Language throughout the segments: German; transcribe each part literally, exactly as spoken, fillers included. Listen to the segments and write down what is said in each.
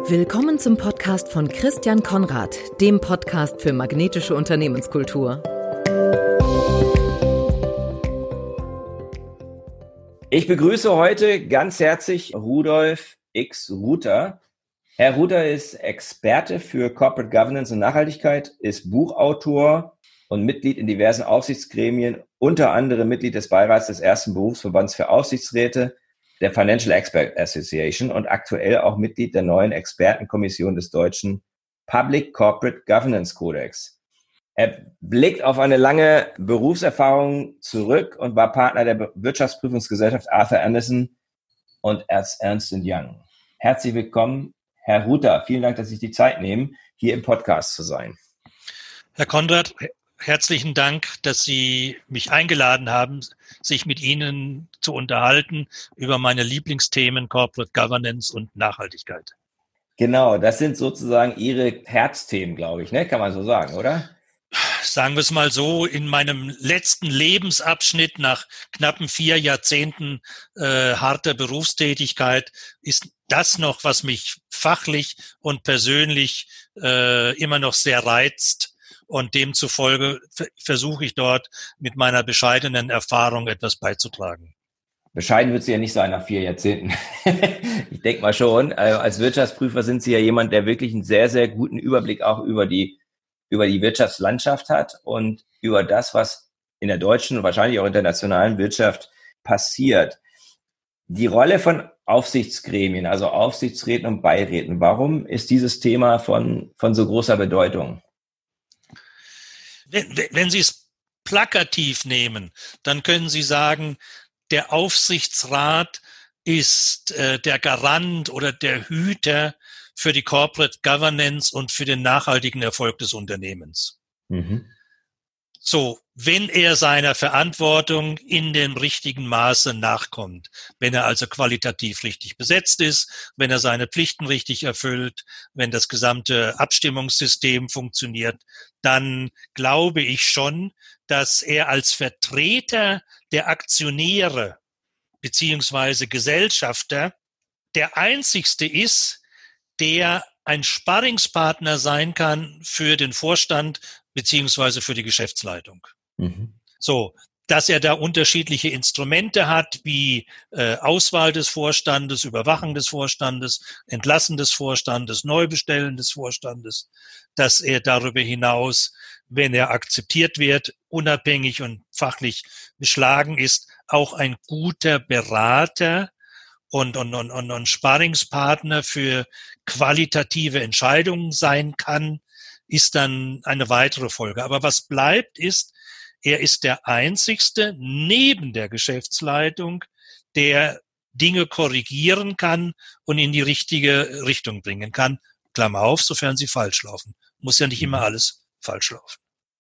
Willkommen zum Podcast von Christian Konrad, dem Podcast für magnetische Unternehmenskultur. Ich begrüße heute ganz herzlich Rudolf X. Ruther. Herr Ruther ist Experte für Corporate Governance und Nachhaltigkeit, ist Buchautor und Mitglied in diversen Aufsichtsgremien, unter anderem Mitglied des Beirats des ersten Berufsverbands für Aufsichtsräte, der Financial Expert Association und aktuell auch Mitglied der neuen Expertenkommission des deutschen Public Corporate Governance Codex. Er blickt auf eine lange Berufserfahrung zurück und war Partner der Wirtschaftsprüfungsgesellschaft Arthur Andersen und Ernst und Young. Herzlich willkommen, Herr Ruther. Vielen Dank, dass Sie sich die Zeit nehmen, hier im Podcast zu sein. Herr Konrad, herzlichen Dank, dass Sie mich eingeladen haben, sich mit Ihnen zu unterhalten über meine Lieblingsthemen Corporate Governance und Nachhaltigkeit. Genau, das sind sozusagen Ihre Herzthemen, glaube ich, ne? Kann man so sagen, oder? Sagen wir es mal so, in meinem letzten Lebensabschnitt nach knappen vier Jahrzehnten äh, harter Berufstätigkeit ist das noch, was mich fachlich und persönlich äh, immer noch sehr reizt. Und demzufolge f- versuche ich dort mit meiner bescheidenen Erfahrung etwas beizutragen. Bescheiden wird sie ja nicht sein nach vier Jahrzehnten. Ich denke mal schon. Als Wirtschaftsprüfer sind Sie ja jemand, der wirklich einen sehr, sehr guten Überblick auch über die, über die Wirtschaftslandschaft hat und über das, was in der deutschen und wahrscheinlich auch internationalen Wirtschaft passiert. Die Rolle von Aufsichtsgremien, also Aufsichtsräten und Beiräten, warum ist dieses Thema von, von so großer Bedeutung? Wenn, wenn Sie es plakativ nehmen, dann können Sie sagen, der Aufsichtsrat ist äh, der Garant oder der Hüter für die Corporate Governance und für den nachhaltigen Erfolg des Unternehmens. Mhm. So, wenn er seiner Verantwortung in dem richtigen Maße nachkommt, wenn er also qualitativ richtig besetzt ist, wenn er seine Pflichten richtig erfüllt, wenn das gesamte Abstimmungssystem funktioniert, dann glaube ich schon, dass er als Vertreter der Aktionäre beziehungsweise Gesellschafter der einzigste ist, der ein Sparringspartner sein kann für den Vorstand beziehungsweise für die Geschäftsleitung. Mhm. So, dass er da unterschiedliche Instrumente hat, wie äh, Auswahl des Vorstandes, Überwachung des Vorstandes, Entlassen des Vorstandes, Neubestellen des Vorstandes, dass er darüber hinaus, wenn er akzeptiert wird, unabhängig und fachlich beschlagen ist, auch ein guter Berater und, und, und, und, und Sparringspartner für qualitative Entscheidungen sein kann, ist dann eine weitere Folge. Aber was bleibt ist, er ist der Einzigste neben der Geschäftsleitung, der Dinge korrigieren kann und in die richtige Richtung bringen kann. Klammer auf, sofern sie falsch laufen. Muss ja nicht immer alles falsch laufen.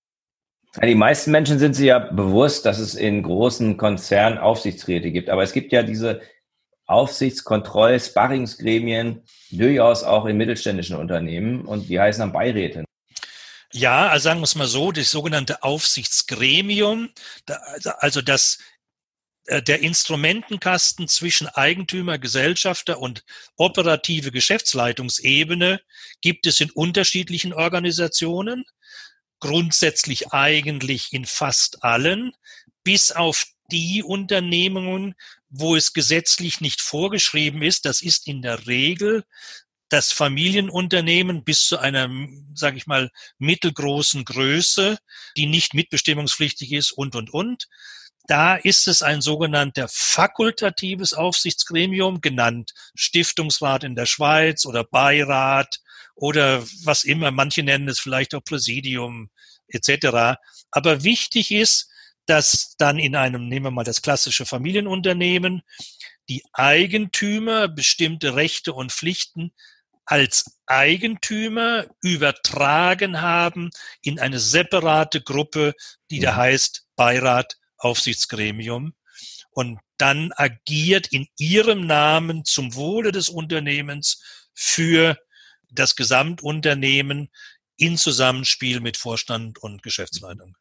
Ja, die meisten Menschen sind sich ja bewusst, dass es in großen Konzernen Aufsichtsräte gibt. Aber es gibt ja diese Aufsichtskontroll-, Sparringsgremien durchaus auch in mittelständischen Unternehmen und die heißen dann Beiräte. Ja, also sagen wir es mal so, das sogenannte Aufsichtsgremium, also das, der Instrumentenkasten zwischen Eigentümer, Gesellschafter und operative Geschäftsleitungsebene gibt es in unterschiedlichen Organisationen, grundsätzlich eigentlich in fast allen, bis auf die Unternehmungen, wo es gesetzlich nicht vorgeschrieben ist. Das ist in der Regel das Familienunternehmen bis zu einer, sage ich mal, mittelgroßen Größe, die nicht mitbestimmungspflichtig ist und, und, und. Da ist es ein sogenannter fakultatives Aufsichtsgremium, genannt Stiftungsrat in der Schweiz oder Beirat oder was immer. Manche nennen es vielleicht auch Präsidium et cetera. Aber wichtig ist, dass dann in einem, nehmen wir mal das klassische Familienunternehmen, die Eigentümer bestimmte Rechte und Pflichten als Eigentümer übertragen haben in eine separate Gruppe, die da heißt Beirat, Aufsichtsgremium. Und dann agiert in ihrem Namen zum Wohle des Unternehmens für das Gesamtunternehmen in Zusammenspiel mit Vorstand und Geschäftsleitung.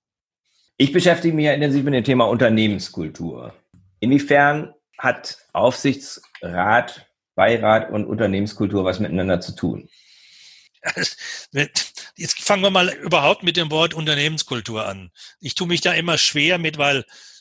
Ich beschäftige mich ja intensiv mit dem Thema Unternehmenskultur. Inwiefern hat Aufsichtsrat Beirat und Unternehmenskultur was miteinander zu tun? Jetzt fangen wir mal überhaupt mit dem Wort Unternehmenskultur an. Ich tue mich da immer schwer mit, weil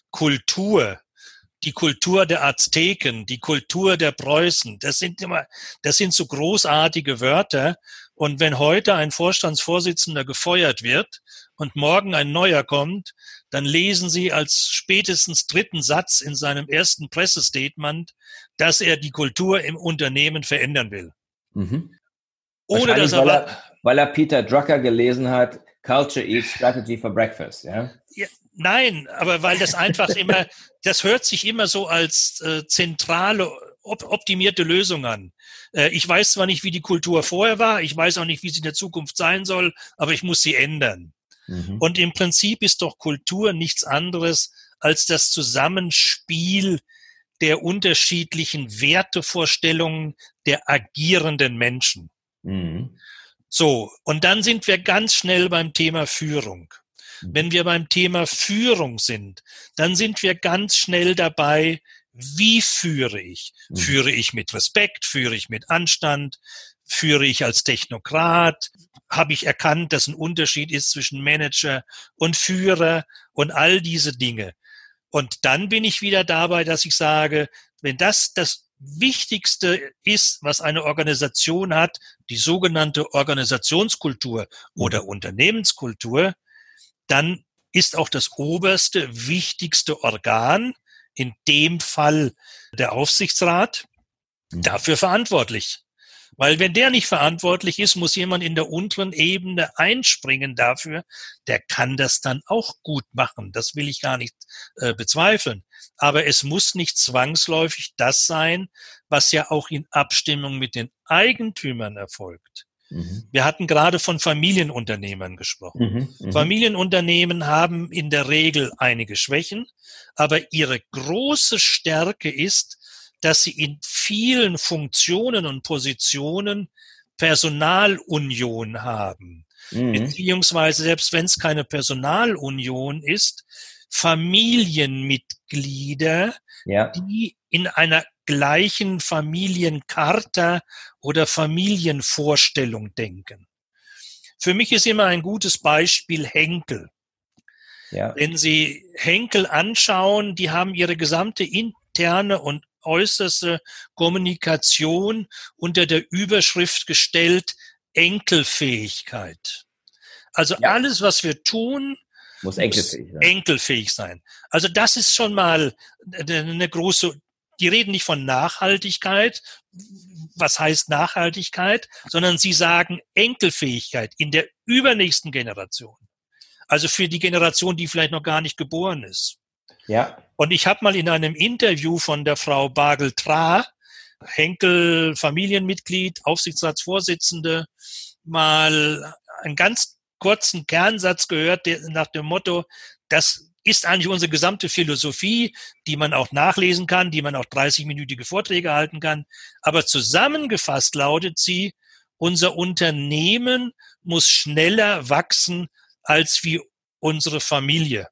Kultur, die Kultur der Azteken, die Kultur der Preußen, das sind immer, das sind so großartige Wörter. Und wenn heute ein Vorstandsvorsitzender gefeuert wird und morgen ein neuer kommt, dann lesen Sie als spätestens dritten Satz in seinem ersten Pressestatement, dass er die Kultur im Unternehmen verändern will. Mhm. Ohne dass er, weil er, weil er Peter Drucker gelesen hat, Culture Eats Strategy for Breakfast, ja? Ja, nein, aber weil das einfach immer, das hört sich immer so als äh, zentrale, op- optimierte Lösung an. Äh, ich weiß zwar nicht, wie die Kultur vorher war, ich weiß auch nicht, wie sie in der Zukunft sein soll, aber ich muss sie ändern. Mhm. Und im Prinzip ist doch Kultur nichts anderes als das Zusammenspiel der unterschiedlichen Wertevorstellungen der agierenden Menschen. Mhm. So, und dann sind wir ganz schnell beim Thema Führung. Wenn wir beim Thema Führung sind, dann sind wir ganz schnell dabei, wie führe ich? Mhm. Führe ich mit Respekt? Führe ich mit Anstand? Führe ich als Technokrat? Habe ich erkannt, dass ein Unterschied ist zwischen Manager und Führer und all diese Dinge? Und dann bin ich wieder dabei, dass ich sage, wenn das das Wichtigste ist, was eine Organisation hat, die sogenannte Organisationskultur oder mhm. Unternehmenskultur, dann ist auch das oberste, wichtigste Organ, in dem Fall der Aufsichtsrat, mhm. dafür verantwortlich. Weil wenn der nicht verantwortlich ist, muss jemand in der unteren Ebene einspringen dafür. Der kann das dann auch gut machen. Das will ich gar nicht äh, bezweifeln. Aber es muss nicht zwangsläufig das sein, was ja auch in Abstimmung mit den Eigentümern erfolgt. Mhm. Wir hatten gerade von Familienunternehmern gesprochen. Mhm, Familienunternehmen haben in der Regel einige Schwächen, aber ihre große Stärke ist, dass sie in vielen Funktionen und Positionen Personalunion haben. Mhm. Beziehungsweise, selbst wenn es keine Personalunion ist, Familienmitglieder, ja. die in einer gleichen Familiencharta oder Familienvorstellung denken. Für mich ist immer ein gutes Beispiel Henkel. Ja. Wenn Sie Henkel anschauen, die haben ihre gesamte interne und äußerste Kommunikation unter der Überschrift gestellt, Enkelfähigkeit. Also ja. alles, was wir tun, muss enkelfähig sein. enkelfähig sein. Also das ist schon mal eine große, die reden nicht von Nachhaltigkeit, was heißt Nachhaltigkeit, sondern sie sagen Enkelfähigkeit in der übernächsten Generation. Also für die Generation, die vielleicht noch gar nicht geboren ist. Ja. Und ich habe mal in einem Interview von der Frau Bagel-Tra, Henkel Familienmitglied, Aufsichtsratsvorsitzende, mal einen ganz kurzen Kernsatz gehört, der nach dem Motto, das ist eigentlich unsere gesamte Philosophie, die man auch nachlesen kann, die man auch dreißig-minütige Vorträge halten kann. Aber zusammengefasst lautet sie, unser Unternehmen muss schneller wachsen als wie unsere Familie.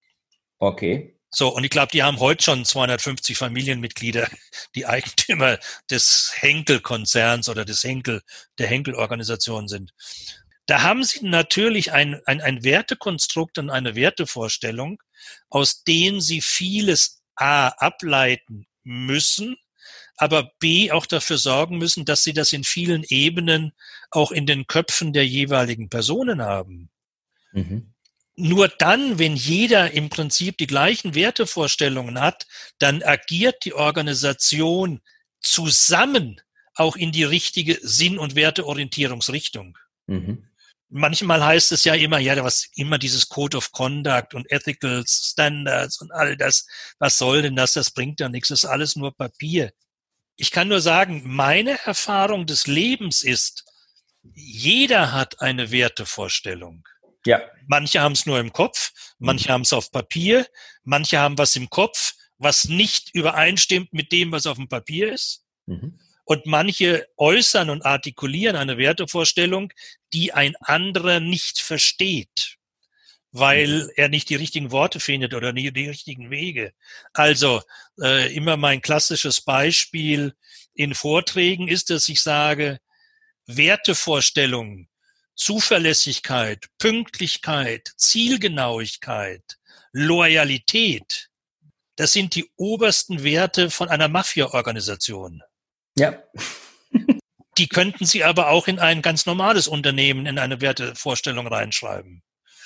Okay. So, und ich glaube, die haben heute schon zweihundertfünfzig Familienmitglieder, die Eigentümer des Henkel-Konzerns oder des Henkel, der Henkel-Organisation sind. Da haben sie natürlich ein, ein, ein Wertekonstrukt und eine Wertevorstellung, aus denen sie vieles A ableiten müssen, aber B auch dafür sorgen müssen, dass sie das in vielen Ebenen auch in den Köpfen der jeweiligen Personen haben. Mhm. Nur dann, wenn jeder im Prinzip die gleichen Wertevorstellungen hat, dann agiert die Organisation zusammen auch in die richtige Sinn- und Werteorientierungsrichtung. Mhm. Manchmal heißt es ja immer, ja, was immer dieses Code of Conduct und Ethical Standards und all das, was soll denn das? Das bringt ja nichts, das ist alles nur Papier. Ich kann nur sagen, meine Erfahrung des Lebens ist, jeder hat eine Wertevorstellung. Ja. Manche haben es nur im Kopf, manche mhm. haben es auf Papier, manche haben was im Kopf, was nicht übereinstimmt mit dem, was auf dem Papier ist. Mhm. Und manche äußern und artikulieren eine Wertevorstellung, die ein anderer nicht versteht. weil er nicht die richtigen Worte findet oder nicht die richtigen Wege. Also äh, immer mein klassisches Beispiel in Vorträgen ist, dass ich sage, Wertevorstellungen, Zuverlässigkeit, Pünktlichkeit, Zielgenauigkeit, Loyalität, das sind die obersten Werte von einer Mafia-Organisation. Ja. Die könnten Sie aber auch in ein ganz normales Unternehmen in eine Wertevorstellung reinschreiben.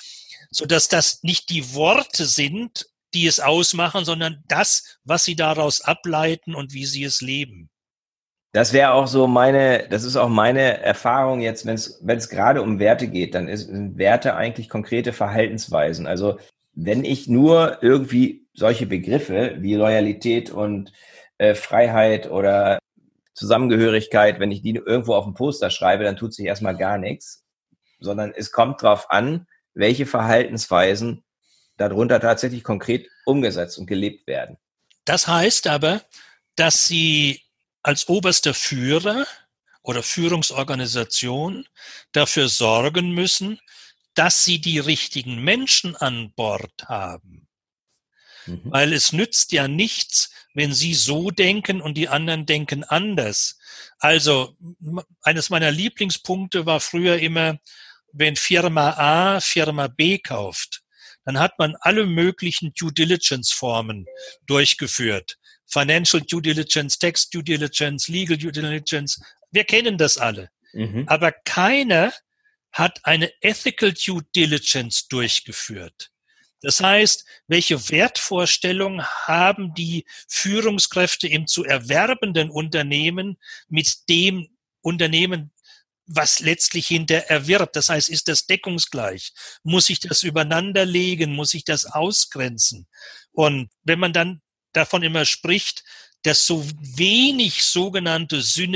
Sodass das nicht die Worte sind, die es ausmachen, sondern das, was Sie daraus ableiten und wie Sie es leben. Das wäre auch so meine, das ist auch meine Erfahrung jetzt, wenn es wenn es gerade um Werte geht, dann ist, sind Werte eigentlich konkrete Verhaltensweisen. Also wenn ich nur irgendwie solche Begriffe wie Loyalität und äh, Freiheit oder Zusammengehörigkeit, wenn ich die irgendwo auf dem Poster schreibe, dann tut sich erstmal gar nichts, sondern es kommt drauf an, welche Verhaltensweisen darunter tatsächlich konkret umgesetzt und gelebt werden. Das heißt aber, dass Sie als oberster Führer oder Führungsorganisation dafür sorgen müssen, dass Sie die richtigen Menschen an Bord haben. Mhm. Weil es nützt ja nichts, wenn Sie so denken und die anderen denken anders. Also eines meiner Lieblingspunkte war früher immer, wenn Firma A Firma B kauft, dann hat man alle möglichen Due Diligence Formen durchgeführt. Financial Due Diligence, Tax Due Diligence, Legal Due Diligence. Wir kennen das alle. Mhm. Aber keiner hat eine Ethical Due Diligence durchgeführt. Das heißt, welche Wertvorstellungen haben die Führungskräfte im zu erwerbenden Unternehmen mit dem Unternehmen, was letztlich hinter erwirbt? Das heißt, ist das deckungsgleich? Muss ich das übereinander legen? Muss ich das ausgrenzen? Und wenn man dann davon immer spricht, dass so wenig sogenannte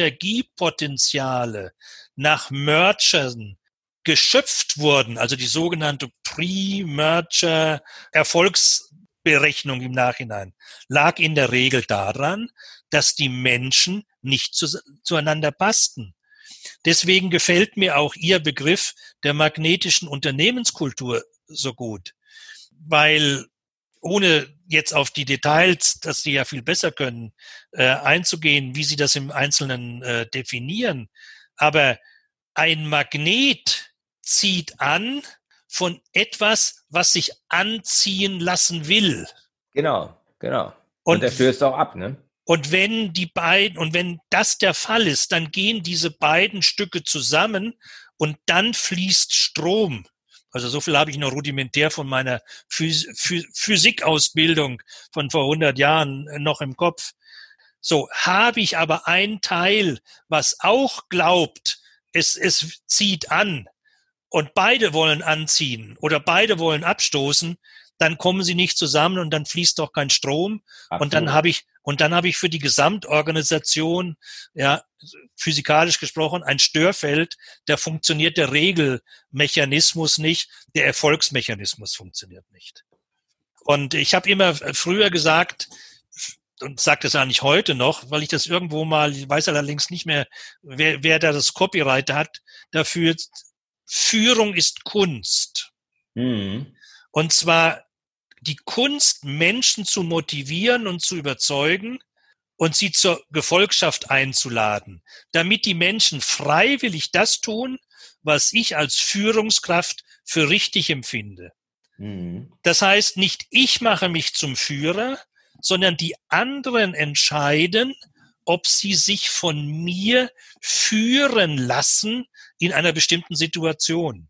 Synergiepotenziale nach Mergern geschöpft wurden, also die sogenannte Pre-Merger Erfolgsberechnung im Nachhinein, lag in der Regel daran, dass die Menschen nicht zu, zueinander passten. Deswegen gefällt mir auch Ihr Begriff der magnetischen Unternehmenskultur so gut, weil ohne jetzt auf die Details, dass Sie ja viel besser können, äh, einzugehen, wie Sie das im Einzelnen äh, definieren. Aber ein Magnet zieht an von etwas, was sich anziehen lassen will. Genau, genau. Und, und der stößt auch ab, ne? Und wenn die beiden, und wenn das der Fall ist, dann gehen diese beiden Stücke zusammen und dann fließt Strom. Also so viel habe ich noch rudimentär von meiner Phys- Phys- Physikausbildung von vor hundert Jahren noch im Kopf. So, habe ich aber ein Teil, was auch glaubt, es, es zieht an und beide wollen anziehen oder beide wollen abstoßen, dann kommen sie nicht zusammen und dann fließt doch kein Strom. Absolut. Und dann habe ich und dann habe ich für die Gesamtorganisation, ja, physikalisch gesprochen, ein Störfeld. Da funktioniert der Regelmechanismus nicht, der Erfolgsmechanismus funktioniert nicht. Und ich habe immer früher gesagt und sage das eigentlich heute noch, weil ich das irgendwo mal, ich weiß allerdings nicht mehr, wer, wer da das Copyright hat, dafür: Führung ist Kunst. Mhm. Und zwar die Kunst, Menschen zu motivieren und zu überzeugen und sie zur Gefolgschaft einzuladen, damit die Menschen freiwillig das tun, was ich als Führungskraft für richtig empfinde. Mhm. Das heißt, nicht ich mache mich zum Führer, sondern die anderen entscheiden, ob sie sich von mir führen lassen in einer bestimmten Situation.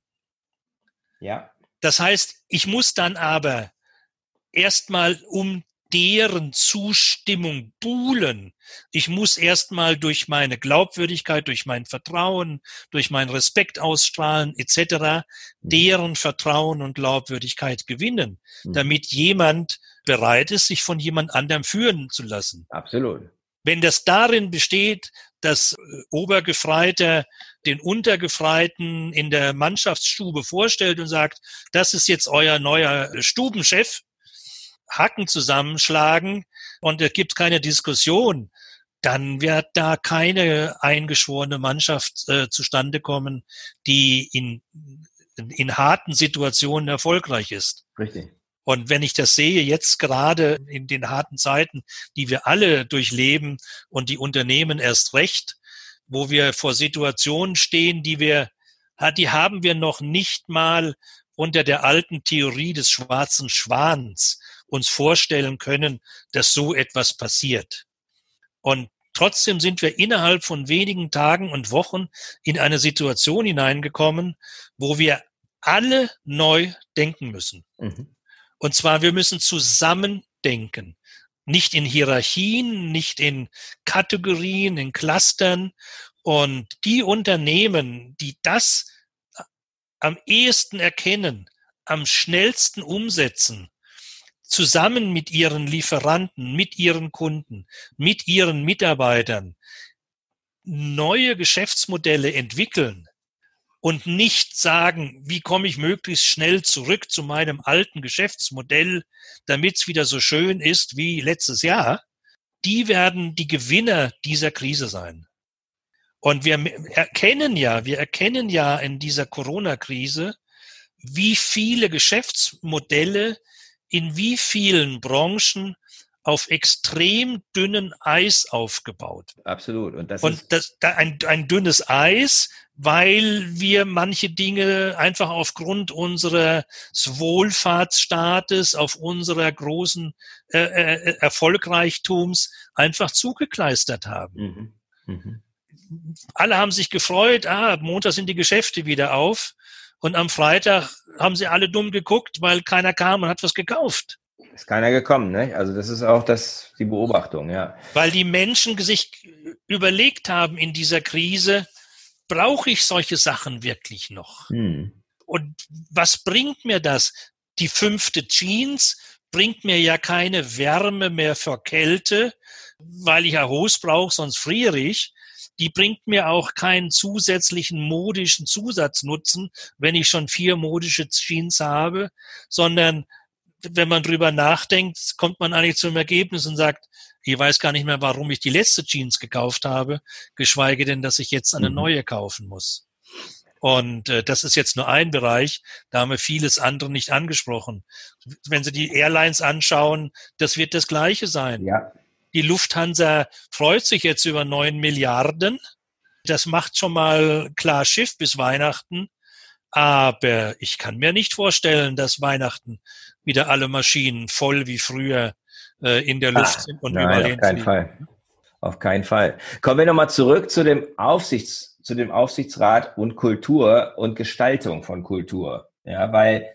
Ja. Das heißt, ich muss dann aber erstmal um deren Zustimmung buhlen. Ich muss erstmal durch meine Glaubwürdigkeit, durch mein Vertrauen, durch meinen Respekt ausstrahlen et cetera deren Vertrauen und Glaubwürdigkeit gewinnen, mhm. damit jemand bereit ist, sich von jemand anderem führen zu lassen. Absolut. Wenn das darin besteht, dass Obergefreiter den Untergefreiten in der Mannschaftsstube vorstellt und sagt, das ist jetzt euer neuer Stubenchef, Hacken zusammenschlagen und es gibt keine Diskussion, dann wird da keine eingeschworene Mannschaft äh, zustande kommen, die in in harten Situationen erfolgreich ist. Richtig. Und wenn ich das sehe, jetzt gerade in den harten Zeiten, die wir alle durchleben und die Unternehmen erst recht, wo wir vor Situationen stehen, die wir, die haben wir noch nicht mal unter der alten Theorie des schwarzen Schwans uns vorstellen können, dass so etwas passiert. Und trotzdem sind wir innerhalb von wenigen Tagen und Wochen in eine Situation hineingekommen, wo wir alle neu denken müssen. Mhm. Und zwar, wir müssen zusammen denken. Nicht in Hierarchien, nicht in Kategorien, in Clustern. Und die Unternehmen, die das am ehesten erkennen, am schnellsten umsetzen, zusammen mit ihren Lieferanten, mit ihren Kunden, mit ihren Mitarbeitern neue Geschäftsmodelle entwickeln und nicht sagen, wie komme ich möglichst schnell zurück zu meinem alten Geschäftsmodell, damit es wieder so schön ist wie letztes Jahr, die werden die Gewinner dieser Krise sein. Und wir erkennen ja, wir erkennen ja in dieser Corona-Krise, wie viele Geschäftsmodelle in wie vielen Branchen auf extrem dünnen Eis aufgebaut. Absolut. Und das Und ist das, ein, ein dünnes Eis, weil wir manche Dinge einfach aufgrund unseres Wohlfahrtsstaates, auf unserer großen äh, äh, Erfolgreichtums einfach zugekleistert haben. Mhm. Mhm. Alle haben sich gefreut, ah, Montag sind die Geschäfte wieder auf. Und am Freitag haben sie alle dumm geguckt, weil keiner kam und hat was gekauft. Ist keiner gekommen, ne? Also das ist auch das, die Beobachtung, ja. Weil die Menschen sich überlegt haben in dieser Krise, brauche ich solche Sachen wirklich noch? Hm. Und was bringt mir das? Die fünfte Jeans bringt mir ja keine Wärme mehr vor Kälte, weil ich ja Hose brauche, sonst friere ich. Die bringt mir auch keinen zusätzlichen modischen Zusatznutzen, wenn ich schon vier modische Jeans habe, sondern wenn man drüber nachdenkt, kommt man eigentlich zum Ergebnis und sagt, ich weiß gar nicht mehr, warum ich die letzte Jeans gekauft habe, geschweige denn, dass ich jetzt eine neue kaufen muss. Und äh, das ist jetzt nur ein Bereich, da haben wir vieles andere nicht angesprochen. Wenn Sie die Airlines anschauen, das wird das Gleiche sein. Ja. Die Lufthansa freut sich jetzt über neun Milliarden. Das macht schon mal klar Schiff bis Weihnachten. Aber ich kann mir nicht vorstellen, dass Weihnachten wieder alle Maschinen voll wie früher äh, in der Luft ah, sind und nein, überall auf keinen Fall. Auf keinen Fall. Kommen wir nochmal zurück zu dem Aufsichts, zu dem Aufsichtsrat und Kultur und Gestaltung von Kultur. Ja, weil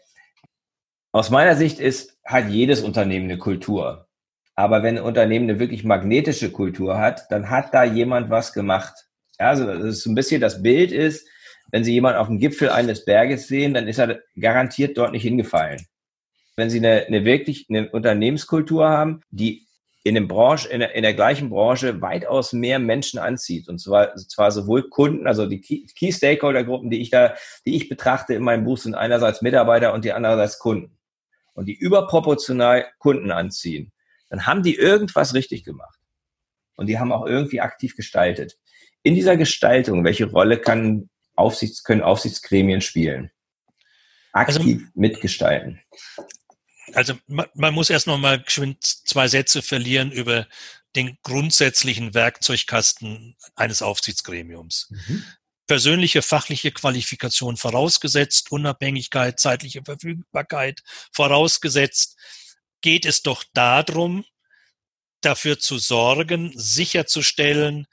aus meiner Sicht ist, hat jedes Unternehmen eine Kultur. Aber wenn ein Unternehmen eine wirklich magnetische Kultur hat, dann hat da jemand was gemacht. Ja, also das ist so ein bisschen das Bild ist, wenn Sie jemanden auf dem Gipfel eines Berges sehen, dann ist er garantiert dort nicht hingefallen. Wenn Sie eine, eine wirklich eine Unternehmenskultur haben, die in, dem Branche, in, der, in der gleichen Branche weitaus mehr Menschen anzieht, und zwar, zwar sowohl Kunden, also die Key, Key Stakeholder-Gruppen, die ich da, die ich betrachte in meinem Buch, sind einerseits Mitarbeiter und die andererseits Kunden. Und die überproportional Kunden anziehen, dann haben die irgendwas richtig gemacht. Und die haben auch irgendwie aktiv gestaltet. In dieser Gestaltung, welche Rolle kann Aufsichts, können Aufsichtsgremien spielen? Aktiv also, mitgestalten. Also man, man muss erst noch mal geschwind zwei Sätze verlieren über den grundsätzlichen Werkzeugkasten eines Aufsichtsgremiums. Mhm. Persönliche fachliche Qualifikation vorausgesetzt, Unabhängigkeit, zeitliche Verfügbarkeit vorausgesetzt, geht es doch darum, dafür zu sorgen, sicherzustellen,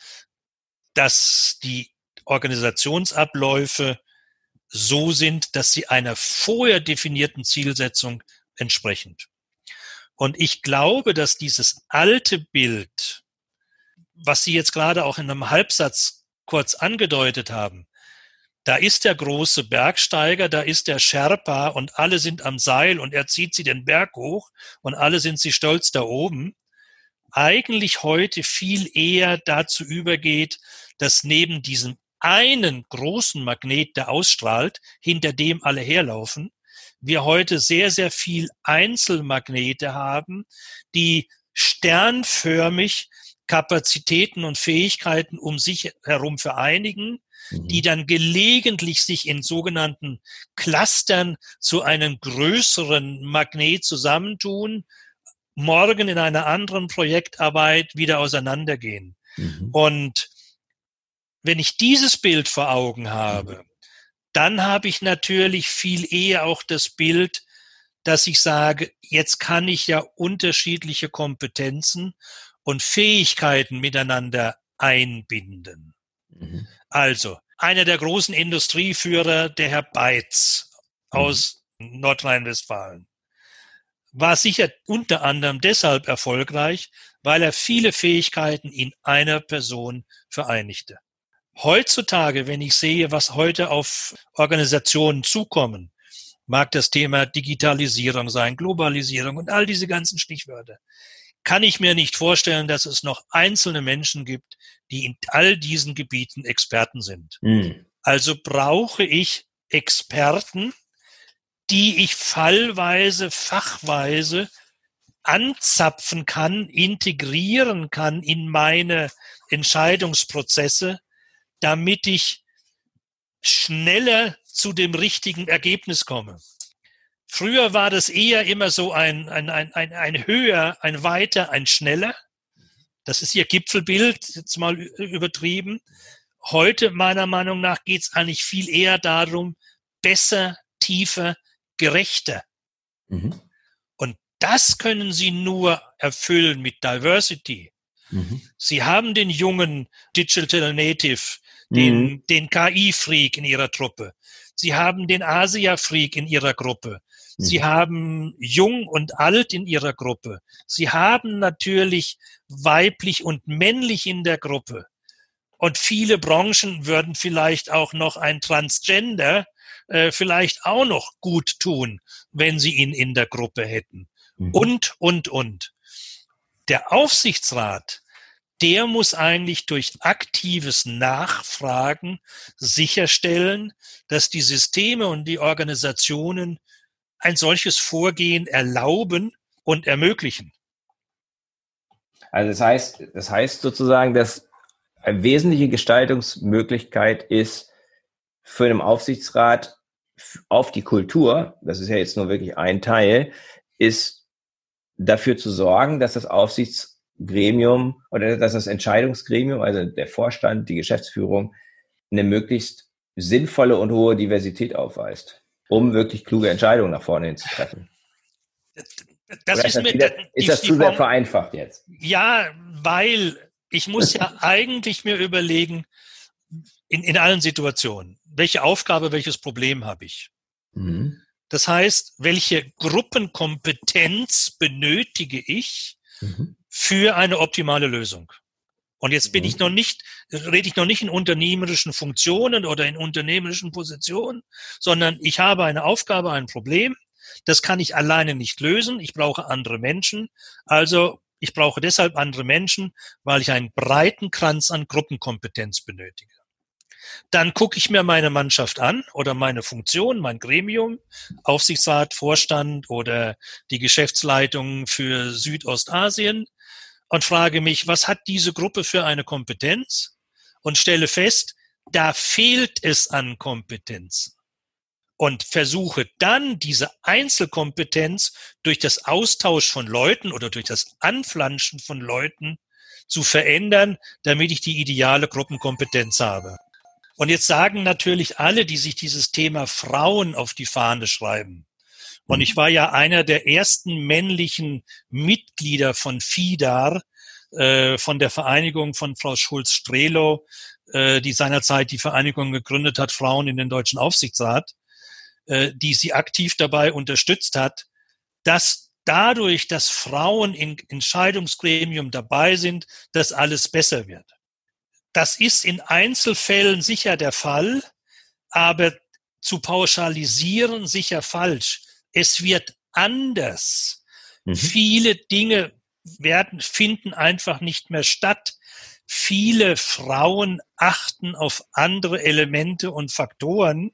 dass die Organisationsabläufe so sind, dass sie einer vorher definierten Zielsetzung entsprechen. Und ich glaube, dass dieses alte Bild, was Sie jetzt gerade auch in einem Halbsatz kurz angedeutet haben, da ist der große Bergsteiger, da ist der Sherpa und alle sind am Seil und er zieht sie den Berg hoch und alle sind sie stolz da oben, eigentlich heute viel eher dazu übergeht, dass neben diesem einen großen Magnet, der ausstrahlt, hinter dem alle herlaufen, wir heute sehr, sehr viel Einzelmagnete haben, die sternförmig Kapazitäten und Fähigkeiten um sich herum vereinigen, Mhm. die dann gelegentlich sich in sogenannten Clustern zu einem größeren Magnet zusammentun, morgen in einer anderen Projektarbeit wieder auseinandergehen. Mhm. Und wenn ich dieses Bild vor Augen habe, dann habe ich natürlich viel eher auch das Bild, dass ich sage, jetzt kann ich ja unterschiedliche Kompetenzen und Fähigkeiten miteinander einbinden. Mhm. Also, einer der großen Industrieführer, der Herr Beitz aus mhm. Nordrhein-Westfalen, war sicher unter anderem deshalb erfolgreich, weil er viele Fähigkeiten in einer Person vereinigte. Heutzutage, wenn ich sehe, was heute auf Organisationen zukommen, mag das Thema Digitalisierung sein, Globalisierung und all diese ganzen Stichwörter, kann ich mir nicht vorstellen, dass es noch einzelne Menschen gibt, die in all diesen Gebieten Experten sind. Mhm. Also brauche ich Experten, die ich fallweise, fachweise anzapfen kann, integrieren kann in meine Entscheidungsprozesse, damit ich schneller zu dem richtigen Ergebnis komme. Früher war das eher immer so ein, ein, ein, ein, ein höher, ein weiter, ein schneller. Das ist ihr Gipfelbild, jetzt mal übertrieben. Heute, meiner Meinung nach, geht es eigentlich viel eher darum, besser, tiefer, gerechter. Mhm. Und das können Sie nur erfüllen mit Diversity. Mhm. Sie haben den jungen Digital Native, den, mhm. den K I-Freak in Ihrer Truppe. Sie haben den Asia-Freak in Ihrer Gruppe. Mhm. Sie haben jung und alt in Ihrer Gruppe. Sie haben natürlich weiblich und männlich in der Gruppe. Und viele Branchen würden vielleicht auch noch ein Transgender äh, vielleicht auch noch gut tun, wenn sie ihn in der Gruppe hätten. Mhm. Und, und, und. Der Aufsichtsrat, der muss eigentlich durch aktives Nachfragen sicherstellen, dass die Systeme und die Organisationen ein solches Vorgehen erlauben und ermöglichen. Also das heißt, das heißt sozusagen, dass eine wesentliche Gestaltungsmöglichkeit ist für einen Aufsichtsrat auf die Kultur, das ist ja jetzt nur wirklich ein Teil, ist dafür zu sorgen, dass das Aufsichtsgremium oder dass das Entscheidungsgremium, also der Vorstand, die Geschäftsführung, eine möglichst sinnvolle und hohe Diversität aufweist, um wirklich kluge Entscheidungen nach vorne hin zu treffen. Das ist, ist, das, mir, wieder, die, ist das die zu sehr Form, vereinfacht jetzt? Ja, weil ich muss ja eigentlich mir überlegen, in, in allen Situationen, welche Aufgabe, welches Problem habe ich? Mhm. Das heißt, welche Gruppenkompetenz benötige ich mhm. für eine optimale Lösung? Und jetzt bin mhm. ich noch nicht, rede ich noch nicht in unternehmerischen Funktionen oder in unternehmerischen Positionen, sondern ich habe eine Aufgabe, ein Problem. Das kann ich alleine nicht lösen. Ich brauche andere Menschen. Also ich brauche deshalb andere Menschen, weil ich einen breiten Kranz an Gruppenkompetenz benötige. Dann gucke ich mir meine Mannschaft an oder meine Funktion, mein Gremium, Aufsichtsrat, Vorstand oder die Geschäftsleitung für Südostasien und frage mich, was hat diese Gruppe für eine Kompetenz? Und stelle fest, da fehlt es an Kompetenz. Und versuche dann diese Einzelkompetenz durch das Austausch von Leuten oder durch das Anflanschen von Leuten zu verändern, damit ich die ideale Gruppenkompetenz habe. Und jetzt sagen natürlich alle, die sich dieses Thema Frauen auf die Fahne schreiben. Und ich war ja einer der ersten männlichen Mitglieder von FIDAR, äh, von der Vereinigung von Frau Schulz-Strehlow, äh, die seinerzeit die Vereinigung gegründet hat, Frauen in den Deutschen Aufsichtsrat, äh, die sie aktiv dabei unterstützt hat, dass dadurch, dass Frauen im Entscheidungsgremium dabei sind, dass alles besser wird. Das ist in Einzelfällen sicher der Fall, aber zu pauschalisieren sicher falsch. Es wird anders. Mhm. Viele Dinge werden, finden einfach nicht mehr statt. Viele Frauen achten auf andere Elemente und Faktoren.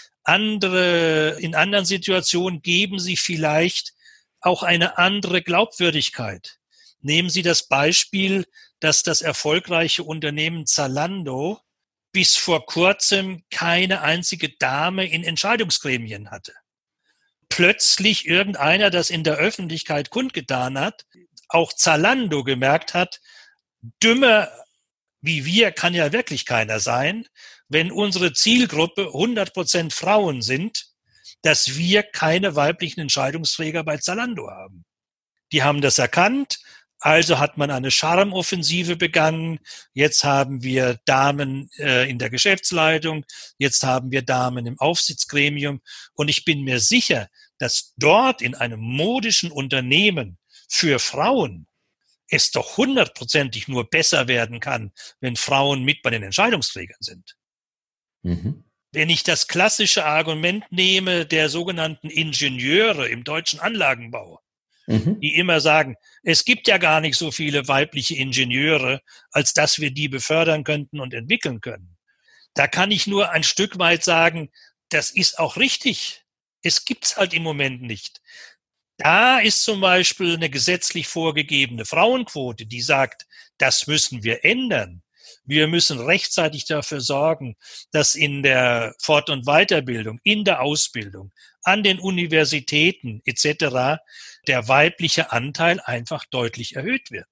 Andere, in anderen Situationen geben sie vielleicht auch eine andere Glaubwürdigkeit. Nehmen Sie das Beispiel, dass das erfolgreiche Unternehmen Zalando bis vor kurzem keine einzige Dame in Entscheidungsgremien hatte. Plötzlich irgendeiner das in der Öffentlichkeit kundgetan hat, auch Zalando gemerkt hat, dümmer wie wir kann ja wirklich keiner sein, wenn unsere Zielgruppe hundert Prozent Frauen sind, dass wir keine weiblichen Entscheidungsträger bei Zalando haben. Die haben das erkannt, also hat man eine Charmoffensive begangen. Jetzt haben wir Damen äh, in der Geschäftsleitung, jetzt haben wir Damen im Aufsichtsgremium. Und ich bin mir sicher, dass dort in einem modischen Unternehmen für Frauen es doch hundertprozentig nur besser werden kann, wenn Frauen mit bei den Entscheidungsträgern sind. Mhm. Wenn ich das klassische Argument nehme der sogenannten Ingenieure im deutschen Anlagenbau, mhm. die immer sagen, es gibt ja gar nicht so viele weibliche Ingenieure, als dass wir die befördern könnten und entwickeln können. Da kann ich nur ein Stück weit sagen, das ist auch richtig. Es gibt's halt im Moment nicht. Da ist zum Beispiel eine gesetzlich vorgegebene Frauenquote, die sagt, das müssen wir ändern. Wir müssen rechtzeitig dafür sorgen, dass in der Fort- und Weiterbildung, in der Ausbildung, an den Universitäten et cetera der weibliche Anteil einfach deutlich erhöht wird.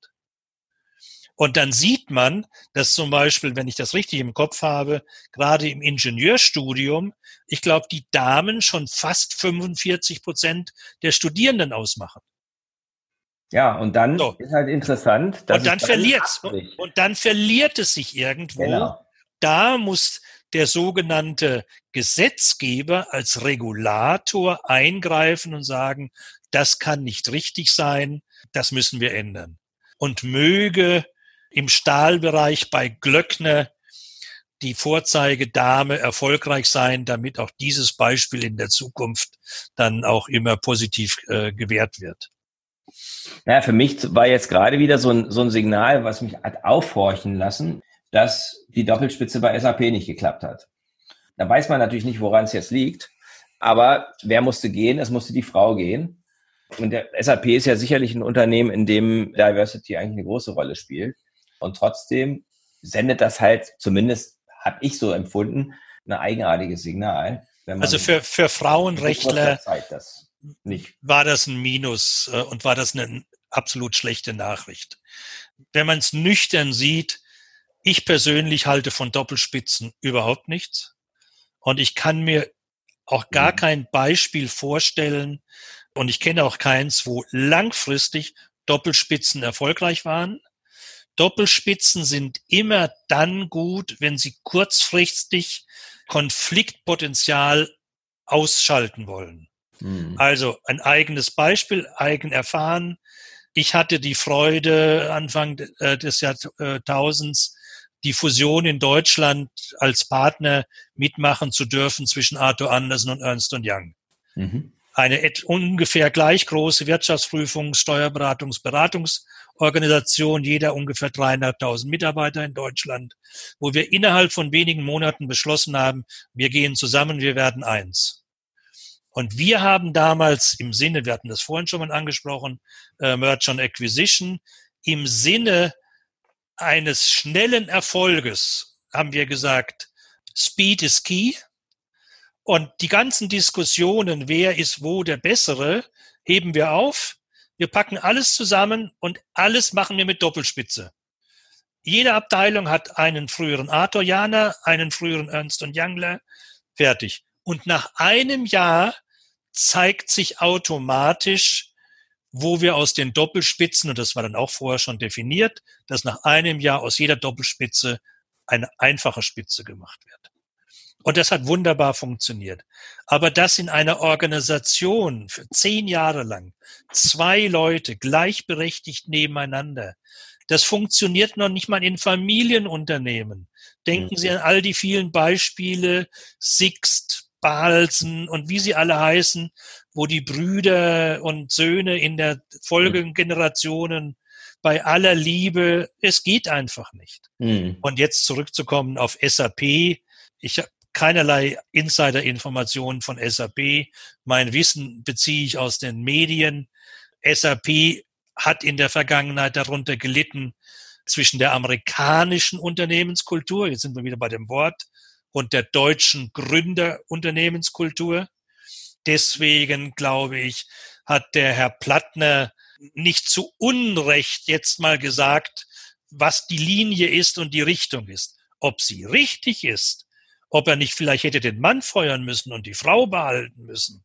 Und dann sieht man, dass zum Beispiel, wenn ich das richtig im Kopf habe, gerade im Ingenieurstudium, ich glaube, die Damen schon fast fünfundvierzig Prozent der Studierenden ausmachen. Ja, und dann so. ist halt interessant, dass und dann verliert's und, und dann verliert es sich irgendwo. Genau. Da muss der sogenannte Gesetzgeber als Regulator eingreifen und sagen, das kann nicht richtig sein, das müssen wir ändern. Und möge im Stahlbereich bei Glöckner die Vorzeigedame erfolgreich sein, damit auch dieses Beispiel in der Zukunft dann auch immer positiv äh, gewährt wird. Ja, für mich war jetzt gerade wieder so ein, so ein Signal, was mich hat aufhorchen lassen, dass die Doppelspitze bei S A P nicht geklappt hat. Da weiß man natürlich nicht, woran es jetzt liegt, aber wer musste gehen? Es musste die Frau gehen. Und der S A P ist ja sicherlich ein Unternehmen, in dem Diversity eigentlich eine große Rolle spielt. Und trotzdem sendet das halt, zumindest habe ich so empfunden, ein eigenartiges Signal. Wenn man also für, für Frauenrechtler Zeit das nicht. war das ein Minus äh, und war das eine absolut schlechte Nachricht. Wenn man es nüchtern sieht, ich persönlich halte von Doppelspitzen überhaupt nichts. Und ich kann mir auch gar mhm. kein Beispiel vorstellen, und ich kenne auch keins, wo langfristig Doppelspitzen erfolgreich waren. Doppelspitzen sind immer dann gut, wenn sie kurzfristig Konfliktpotenzial ausschalten wollen. Mhm. Also ein eigenes Beispiel, eigen erfahren. Ich hatte die Freude, Anfang des Jahrtausends die Fusion in Deutschland als Partner mitmachen zu dürfen zwischen Arthur Andersen und Ernst und Young. Mhm. Eine et- ungefähr gleich große Wirtschaftsprüfungs-, Steuerberatungs-, Beratungsorganisation, jeder ungefähr dreieinhalbtausend Mitarbeiter in Deutschland, wo wir innerhalb von wenigen Monaten beschlossen haben, wir gehen zusammen, wir werden eins. Und wir haben damals im Sinne, wir hatten das vorhin schon mal angesprochen, äh, Merger and Acquisition, im Sinne eines schnellen Erfolges haben wir gesagt, Speed is key. Und die ganzen Diskussionen, wer ist wo der Bessere, heben wir auf. Wir packen alles zusammen und alles machen wir mit Doppelspitze. Jede Abteilung hat einen früheren Arthur Jahner, einen früheren Ernst und Youngler, fertig. Und nach einem Jahr zeigt sich automatisch, wo wir aus den Doppelspitzen, und das war dann auch vorher schon definiert, dass nach einem Jahr aus jeder Doppelspitze eine einfache Spitze gemacht wird. Und das hat wunderbar funktioniert. Aber das in einer Organisation für zehn Jahre lang, zwei Leute gleichberechtigt nebeneinander, das funktioniert noch nicht mal in Familienunternehmen. Denken Sie an all die vielen Beispiele, Sixt, Balsen und wie sie alle heißen, wo die Brüder und Söhne in der folgenden Generationen bei aller Liebe, es geht einfach nicht. Mhm. Und jetzt zurückzukommen auf S A P. Ich habe keinerlei Insider-Informationen von S A P. Mein Wissen beziehe ich aus den Medien. S A P hat in der Vergangenheit darunter gelitten, zwischen der amerikanischen Unternehmenskultur, jetzt sind wir wieder bei dem Wort, und der deutschen Gründerunternehmenskultur. Deswegen, glaube ich, hat der Herr Plattner nicht zu Unrecht jetzt mal gesagt, was die Linie ist und die Richtung ist. Ob sie richtig ist, ob er nicht vielleicht hätte den Mann feuern müssen und die Frau behalten müssen,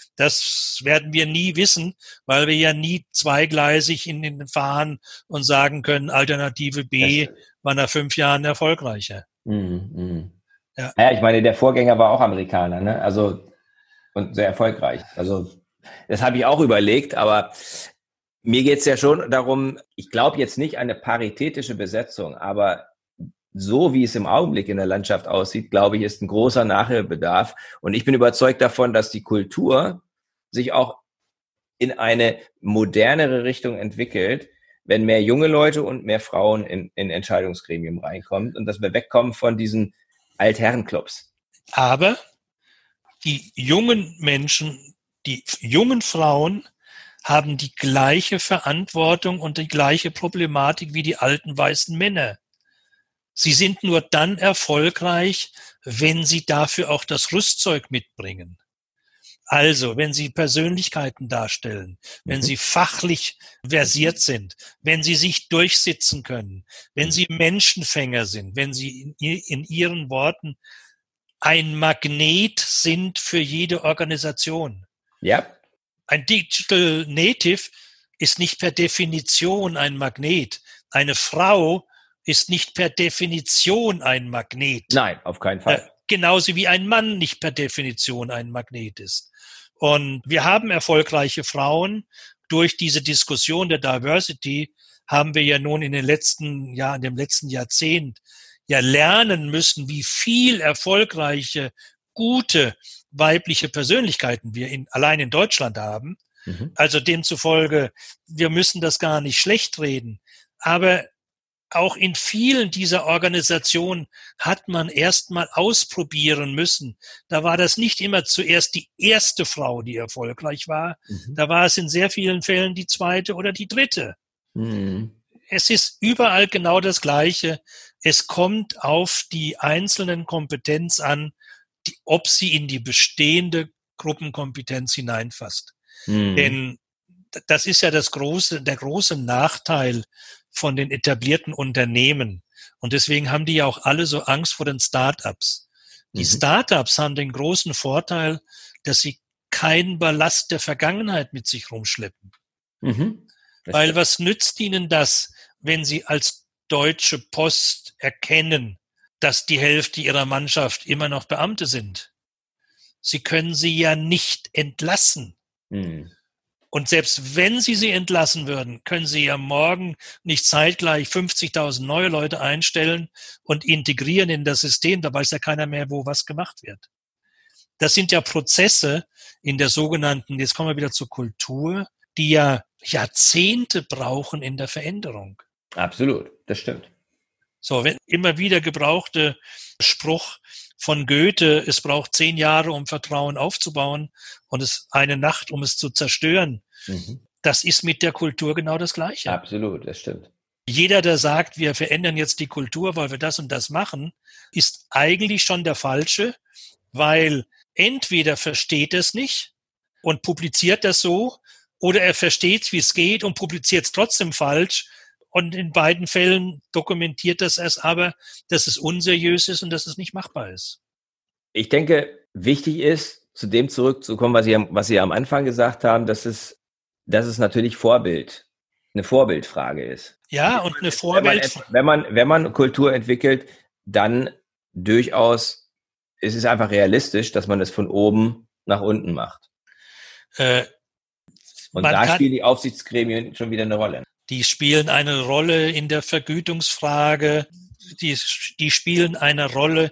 das werden wir nie wissen, weil wir ja nie zweigleisig in den fahren und sagen können, Alternative B war nach fünf Jahren erfolgreicher. Mhm, mh. Ja. Ja, ich meine, der Vorgänger war auch Amerikaner, ne? Also und sehr erfolgreich. Also das habe ich auch überlegt, aber mir geht es ja schon darum, ich glaube jetzt nicht an eine paritätische Besetzung, aber so wie es im Augenblick in der Landschaft aussieht, glaube ich, ist ein großer Nachholbedarf. Und ich bin überzeugt davon, dass die Kultur sich auch in eine modernere Richtung entwickelt, wenn mehr junge Leute und mehr Frauen in, in Entscheidungsgremien reinkommen und dass wir wegkommen von diesen Altherrenclubs. Aber die jungen Menschen, die jungen Frauen haben die gleiche Verantwortung und die gleiche Problematik wie die alten weißen Männer. Sie sind nur dann erfolgreich, wenn sie dafür auch das Rüstzeug mitbringen. Also, wenn sie Persönlichkeiten darstellen, wenn mhm. sie fachlich versiert sind, wenn sie sich durchsetzen können, wenn sie Menschenfänger sind, wenn sie in, in ihren Worten ein Magnet sind für jede Organisation. Ja. Ein Digital Native ist nicht per Definition ein Magnet. Eine Frau ist nicht per Definition ein Magnet. Nein, auf keinen Fall. Äh, genauso wie ein Mann nicht per Definition ein Magnet ist. Und wir haben erfolgreiche Frauen. Durch diese Diskussion der Diversity haben wir ja nun in den letzten Jahren, in dem letzten Jahrzehnt ja lernen müssen, wie viel erfolgreiche, gute weibliche Persönlichkeiten wir in, allein in Deutschland haben. Mhm. Also demzufolge, wir müssen das gar nicht schlecht reden. Aber auch in vielen dieser Organisationen hat man erst mal ausprobieren müssen. Da war das nicht immer zuerst die erste Frau, die erfolgreich war. Mhm. Da war es in sehr vielen Fällen die zweite oder die dritte. Mhm. Es ist überall genau das Gleiche. Es kommt auf die einzelnen Kompetenz an, die, ob sie in die bestehende Gruppenkompetenz hineinfasst. Mhm. Denn das ist ja das große, der große Nachteil von den etablierten Unternehmen. Und deswegen haben die ja auch alle so Angst vor den Start-ups. Die mhm. Start-ups haben den großen Vorteil, dass sie keinen Ballast der Vergangenheit mit sich rumschleppen. Mhm. Weil was nützt ihnen das, wenn sie als Deutsche Post erkennen, dass die Hälfte ihrer Mannschaft immer noch Beamte sind? Sie können sie ja nicht entlassen. Mhm. Und selbst wenn sie sie entlassen würden, können sie ja morgen nicht zeitgleich fünfzigtausend neue Leute einstellen und integrieren in das System. Da weiß ja keiner mehr, wo was gemacht wird. Das sind ja Prozesse in der sogenannten, jetzt kommen wir wieder zur Kultur, die ja Jahrzehnte brauchen in der Veränderung. Absolut, das stimmt. So, wenn immer wieder gebrauchte Spruch von Goethe, es braucht zehn Jahre, um Vertrauen aufzubauen und es eine Nacht, um es zu zerstören. Mhm. Das ist mit der Kultur genau das Gleiche. Absolut, das stimmt. Jeder, der sagt, wir verändern jetzt die Kultur, weil wir das und das machen, ist eigentlich schon der Falsche, weil entweder versteht es nicht und publiziert das so, oder er versteht, wie es geht und publiziert es trotzdem falsch. Und in beiden Fällen dokumentiert das erst aber, dass es unseriös ist und dass es nicht machbar ist. Ich denke, wichtig ist, zu dem zurückzukommen, was Sie, was Sie am Anfang gesagt haben, dass es, dass es natürlich Vorbild, eine Vorbildfrage ist. Ja, und eine Vorbild. Wenn man, wenn man, wenn man Kultur entwickelt, dann durchaus ist es einfach realistisch, dass man es von oben nach unten macht. Äh, und da kann, spielen die Aufsichtsgremien schon wieder eine Rolle. Die spielen eine Rolle in der Vergütungsfrage, die, die spielen eine Rolle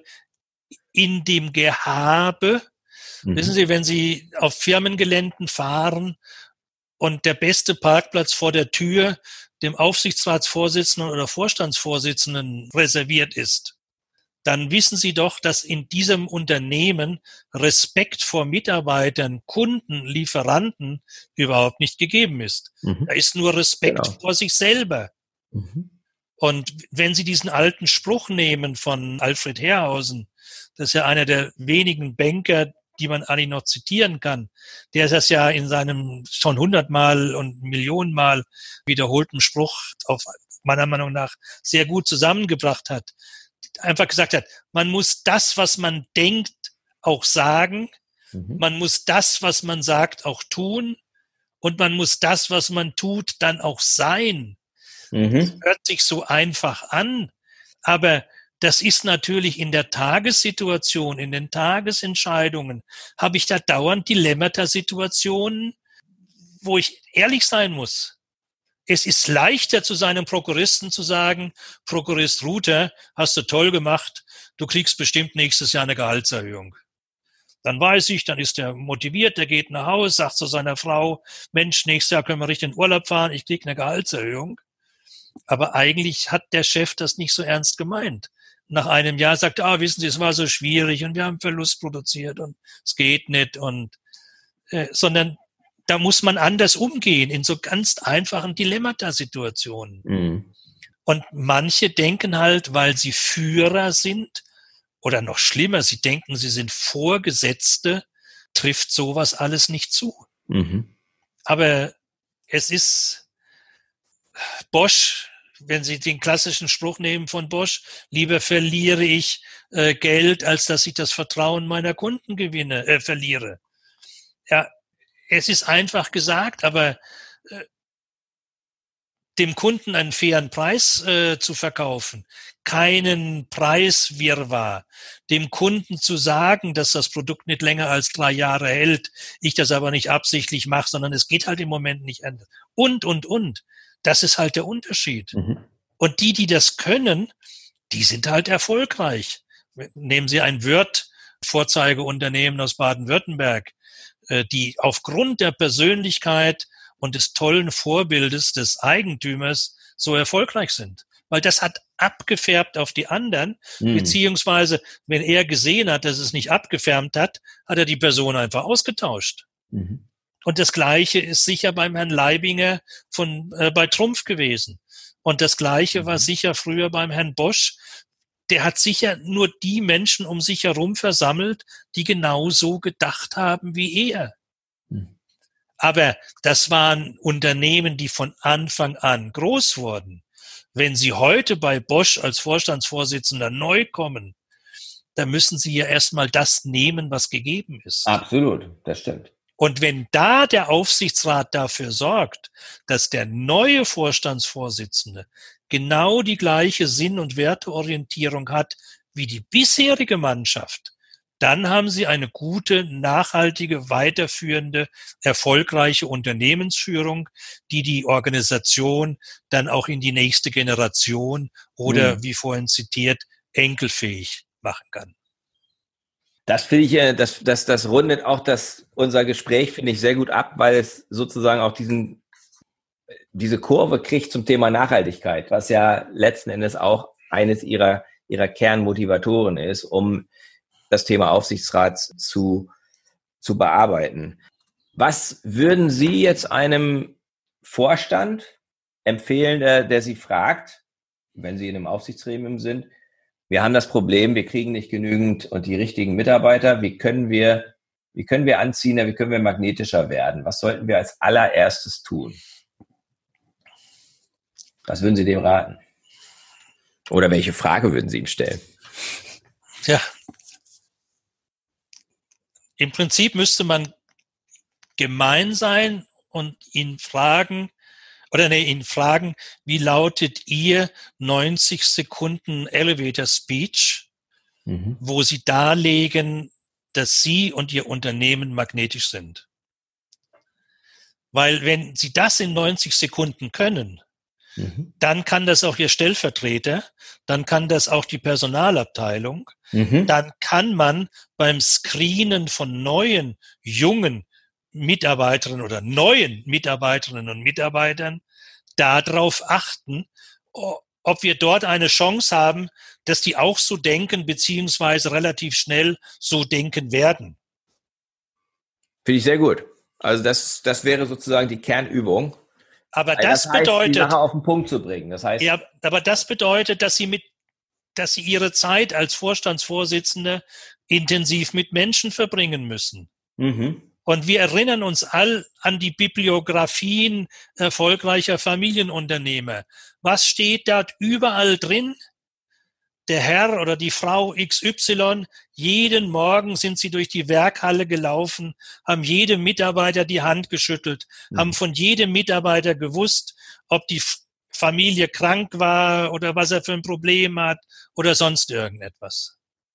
in dem Gehabe. Mhm. Wissen Sie, wenn Sie auf Firmengeländen fahren und der beste Parkplatz vor der Tür dem Aufsichtsratsvorsitzenden oder Vorstandsvorsitzenden reserviert ist, dann wissen Sie doch, dass in diesem Unternehmen Respekt vor Mitarbeitern, Kunden, Lieferanten überhaupt nicht gegeben ist. Mhm. Da ist nur Respekt genau. vor sich selber. Mhm. Und wenn Sie diesen alten Spruch nehmen von Alfred Herrhausen, das ist ja einer der wenigen Banker, die man eigentlich noch zitieren kann, der das ja in seinem schon hundertmal und Millionenmal wiederholten Spruch auf meiner Meinung nach sehr gut zusammengebracht hat. Einfach gesagt hat, man muss das, was man denkt, auch sagen, mhm. man muss das, was man sagt, auch tun und man muss das, was man tut, dann auch sein. Mhm. Das hört sich so einfach an, aber das ist natürlich in der Tagessituation, in den Tagesentscheidungen, habe ich da dauernd Dilemmata-Situationen, wo ich ehrlich sein muss. Es ist leichter zu seinem Prokuristen zu sagen, Prokurist Ruther, hast du toll gemacht, du kriegst bestimmt nächstes Jahr eine Gehaltserhöhung. Dann weiß ich, dann ist er motiviert, der geht nach Hause, sagt zu seiner Frau, Mensch, nächstes Jahr können wir richtig in Urlaub fahren, ich kriege eine Gehaltserhöhung. Aber eigentlich hat der Chef das nicht so ernst gemeint. Nach einem Jahr sagt er, ah, wissen Sie, es war so schwierig und wir haben Verlust produziert und es geht nicht. Und äh, sondern da muss man anders umgehen in so ganz einfachen Dilemmata-Situationen. Mhm. Und manche denken halt, weil sie Führer sind oder noch schlimmer, sie denken, sie sind Vorgesetzte, trifft sowas alles nicht zu. Mhm. Aber es ist Bosch, wenn Sie den klassischen Spruch nehmen von Bosch, lieber verliere ich äh, Geld, als dass ich das Vertrauen meiner Kunden gewinne, äh, verliere. Ja, es ist einfach gesagt, aber äh, dem Kunden einen fairen Preis äh, zu verkaufen, keinen Preiswirrwarr, dem Kunden zu sagen, dass das Produkt nicht länger als drei Jahre hält, ich das aber nicht absichtlich mache, sondern es geht halt im Moment nicht anders. Und, und, und. Das ist halt der Unterschied. Mhm. Und die, die das können, die sind halt erfolgreich. Nehmen Sie ein Wirth-Vorzeigeunternehmen aus Baden-Württemberg, die aufgrund der Persönlichkeit und des tollen Vorbildes des Eigentümers so erfolgreich sind. Weil das hat abgefärbt auf die anderen, mhm. beziehungsweise wenn er gesehen hat, dass es nicht abgefärbt hat, hat er die Person einfach ausgetauscht. Mhm. Und das Gleiche ist sicher beim Herrn Leibinger von äh, bei Trumpf gewesen. Und das Gleiche war sicher früher beim Herrn Bosch. Der hat sicher nur die Menschen um sich herum versammelt, die genauso gedacht haben wie er. Mhm. Aber das waren Unternehmen, die von Anfang an groß wurden. Wenn Sie heute bei Bosch als Vorstandsvorsitzender neu kommen, dann müssen Sie ja erstmal das nehmen, was gegeben ist. Absolut, das stimmt. Und wenn da der Aufsichtsrat dafür sorgt, dass der neue Vorstandsvorsitzende genau die gleiche Sinn- und Werteorientierung hat wie die bisherige Mannschaft, dann haben Sie eine gute, nachhaltige, weiterführende, erfolgreiche Unternehmensführung, die die Organisation dann auch in die nächste Generation oder, mhm. wie vorhin zitiert, enkelfähig machen kann. Das finde ich, das, das, das rundet auch das, unser Gespräch, finde ich, sehr gut ab, weil es sozusagen auch diesen, diese Kurve kriegt zum Thema Nachhaltigkeit, was ja letzten Endes auch eines ihrer, ihrer Kernmotivatoren ist, um das Thema Aufsichtsrat zu, zu bearbeiten. Was würden Sie jetzt einem Vorstand empfehlen, der, der Sie fragt, wenn Sie in einem Aufsichtsgremium sind, wir haben das Problem, wir kriegen nicht genügend und die richtigen Mitarbeiter. Wie können wir, wie können wir anziehender, wie können wir magnetischer werden? Was sollten wir als allererstes tun? Was würden Sie dem raten? Oder welche Frage würden Sie ihm stellen? Ja. Im Prinzip müsste man gemein sein und ihn fragen, Oder nee, ihn fragen, wie lautet Ihr neunzig Sekunden Elevator Speech, mhm. wo Sie darlegen, dass Sie und Ihr Unternehmen magnetisch sind. Weil wenn Sie das in neunzig Sekunden können, mhm. dann kann das auch Ihr Stellvertreter, dann kann das auch die Personalabteilung, mhm. dann kann man beim Screenen von neuen, jungen Mitarbeiterinnen oder neuen Mitarbeiterinnen und Mitarbeitern darauf achten, ob wir dort eine Chance haben, dass die auch so denken, beziehungsweise relativ schnell so denken werden. Finde ich sehr gut. Also das, das wäre sozusagen die Kernübung, Aber Also das, das heißt, bedeutet, die Sache auf den Punkt zu bringen. Das heißt, ja, aber das bedeutet, dass sie mit, dass sie ihre Zeit als Vorstandsvorsitzende intensiv mit Menschen verbringen müssen. mhm. Und wir erinnern uns all an die Bibliografien erfolgreicher Familienunternehmer. Was steht dort überall drin? Der Herr oder die Frau X Y, jeden Morgen sind sie durch die Werkhalle gelaufen, haben jedem Mitarbeiter die Hand geschüttelt, mhm. haben von jedem Mitarbeiter gewusst, ob die Familie krank war oder was er für ein Problem hat oder sonst irgendetwas.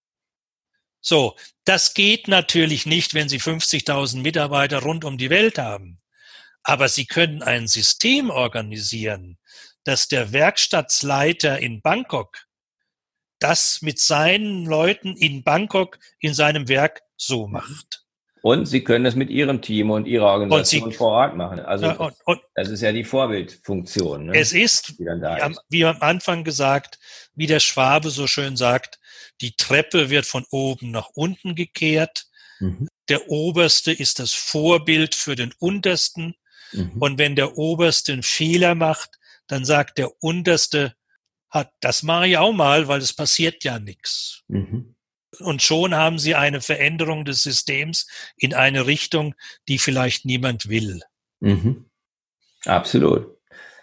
So, das geht natürlich nicht, wenn Sie fünfzigtausend Mitarbeiter rund um die Welt haben. Aber Sie können ein System organisieren, dass der Werkstattleiter in Bangkok das mit seinen Leuten in Bangkok in seinem Werk so macht. Und Sie können das mit Ihrem Team und Ihrer Organisation und Sie, vor Ort machen. Also ja, und, und, das ist ja die Vorbildfunktion. Ne? Es ist, wie, am, wie am Anfang gesagt, wie der Schwabe so schön sagt, die Treppe wird von oben nach unten gekehrt. Mhm. Der Oberste ist das Vorbild für den Untersten. Mhm. Und wenn der Oberste einen Fehler macht, dann sagt der Unterste, hat, das mache ich auch mal, weil es passiert ja nichts. Mhm. Und schon haben Sie eine Veränderung des Systems in eine Richtung, die vielleicht niemand will. Mhm. Absolut.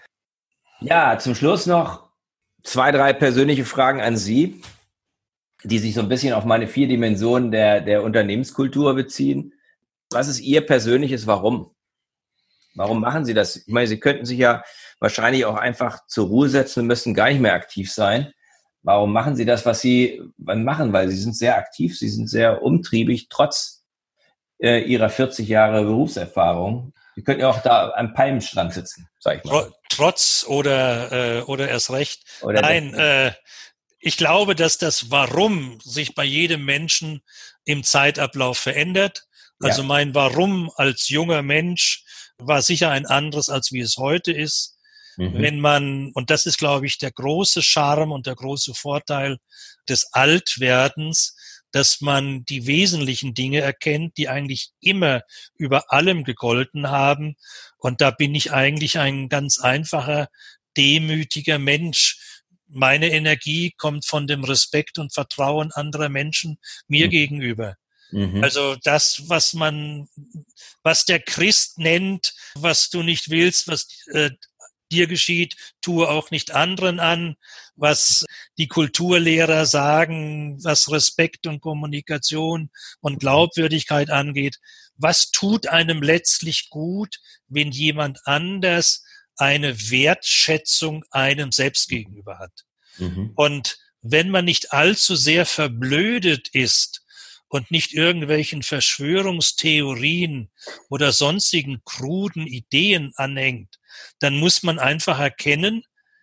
Ja, zum Schluss noch zwei, drei persönliche Fragen an Sie, die sich so ein bisschen auf meine vier Dimensionen der, der Unternehmenskultur beziehen. Was ist Ihr persönliches Warum? Warum machen Sie das? Ich meine, Sie könnten sich ja wahrscheinlich auch einfach zur Ruhe setzen und müssen gar nicht mehr aktiv sein. Warum machen Sie das, was Sie machen? Weil Sie sind sehr aktiv, Sie sind sehr umtriebig, trotz äh, Ihrer vierzig Jahre Berufserfahrung. Sie könnten ja auch da am Palmenstrand sitzen, sag ich mal. Trotz oder, äh, oder erst recht. Oder Nein, äh, ich glaube, dass das Warum sich bei jedem Menschen im Zeitablauf verändert. Also ja. Mein Warum als junger Mensch war sicher ein anderes, als wie es heute ist. Mhm. Wenn man, und das ist, glaube ich, der große Charme und der große Vorteil des Altwerdens, dass man die wesentlichen Dinge erkennt, die eigentlich immer über allem gegolten haben. Und da bin ich eigentlich ein ganz einfacher, demütiger Mensch. Meine Energie kommt von dem Respekt und Vertrauen anderer Menschen mir mhm. gegenüber. Mhm. Also das, was man, was der Christ nennt, was du nicht willst, was äh, dir geschieht, tue auch nicht anderen an, was die Kulturlehrer sagen, was Respekt und Kommunikation und Glaubwürdigkeit angeht. Was tut einem letztlich gut, wenn jemand anders eine Wertschätzung einem selbst gegenüber hat? Mhm. Und wenn man nicht allzu sehr verblödet ist und nicht irgendwelchen Verschwörungstheorien oder sonstigen kruden Ideen anhängt, dann muss man einfach erkennen,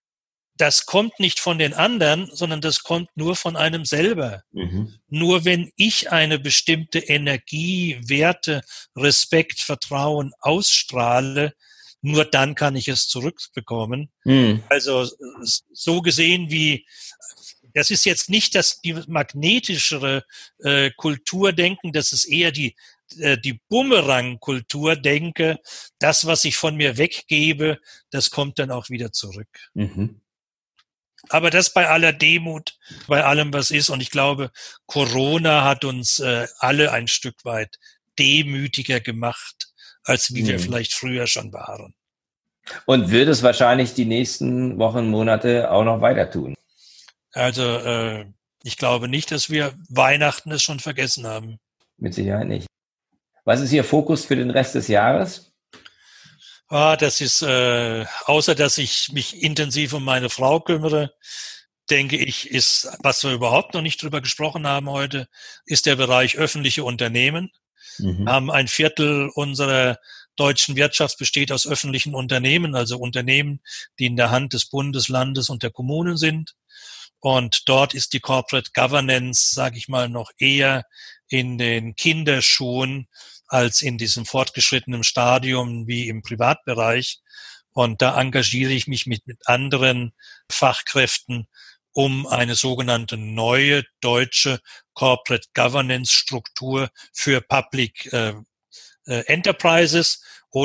das kommt nicht von den anderen, sondern das kommt nur von einem selber. Mhm. Nur wenn ich eine bestimmte Energie, Werte, Respekt, Vertrauen ausstrahle, nur dann kann ich es zurückbekommen. Mhm. Also so gesehen wie, das ist jetzt nicht das die magnetischere äh, Kulturdenken, das ist eher die äh, die Bumerang-Kultur denke. Das, was ich von mir weggebe, das kommt dann auch wieder zurück. Mhm. Aber das bei aller Demut, bei allem, was ist. Und ich glaube, Corona hat uns äh, alle ein Stück weit demütiger gemacht, als wie mhm. wir vielleicht früher schon waren. Und wird es wahrscheinlich die nächsten Wochen, Monate auch noch weiter tun? Also äh, ich glaube nicht, dass wir Weihnachten es schon vergessen haben. Mit Sicherheit nicht. Was ist Ihr Fokus für den Rest des Jahres? Ah, das ist, äh, außer dass ich mich intensiv um meine Frau kümmere, denke ich, ist, was wir überhaupt noch nicht drüber gesprochen haben heute, ist der Bereich öffentliche Unternehmen. Mhm. Wir haben ein Viertel unserer deutschen Wirtschaft besteht aus öffentlichen Unternehmen, also Unternehmen, die in der Hand des Bundes, Landes und der Kommunen sind. Und dort ist die Corporate Governance, sage ich mal, noch eher in den Kinderschuhen als in diesem fortgeschrittenen Stadium wie im Privatbereich. Und da engagiere ich mich mit, mit anderen Fachkräften, um eine sogenannte neue deutsche Corporate Governance Struktur für Public äh, äh, Enterprises oder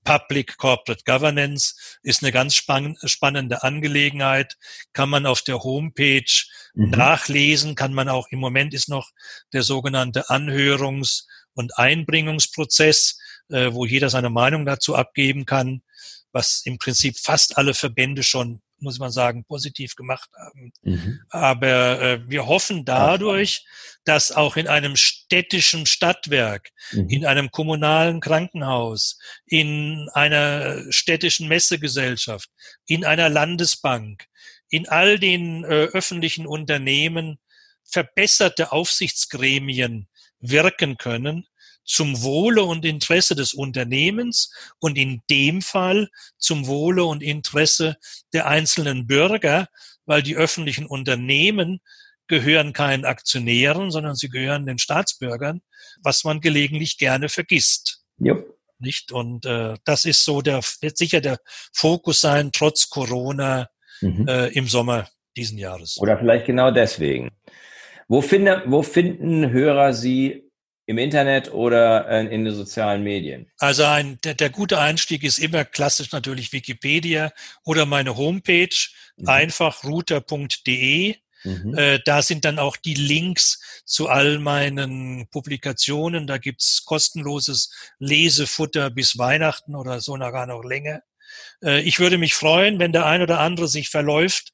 Public Corporate Governance ist eine ganz spann- spannende Angelegenheit. Kann man auf der Homepage mhm. nachlesen, kann man auch, im Moment ist noch der sogenannte Anhörungs- und Einbringungsprozess, äh, wo jeder seine Meinung dazu abgeben kann, was im Prinzip fast alle Verbände schon, muss man sagen, positiv gemacht haben. Mhm. Aber äh, wir hoffen dadurch, dass auch in einem städtischen Stadtwerk, mhm. in einem kommunalen Krankenhaus, in einer städtischen Messegesellschaft, in einer Landesbank, in all den äh, öffentlichen Unternehmen verbesserte Aufsichtsgremien wirken können, zum Wohle und Interesse des Unternehmens und in dem Fall zum Wohle und Interesse der einzelnen Bürger, weil die öffentlichen Unternehmen gehören keinen Aktionären, sondern sie gehören den Staatsbürgern, was man gelegentlich gerne vergisst. Jupp. Nicht? Und äh, das ist so der, wird sicher der Fokus sein, trotz Corona mhm. äh, im Sommer diesen Jahres. Oder vielleicht genau deswegen. Wo, finde, wo finden Hörer Sie im Internet oder äh, in den sozialen Medien? Also ein, der, der gute Einstieg ist immer klassisch natürlich Wikipedia oder meine Homepage, mhm. einfach router punkt de. Mhm. Äh, da sind dann auch die Links zu all meinen Publikationen. Da gibt's kostenloses Lesefutter bis Weihnachten oder so, gar noch länger. Äh, ich würde mich freuen, wenn der ein oder andere sich verläuft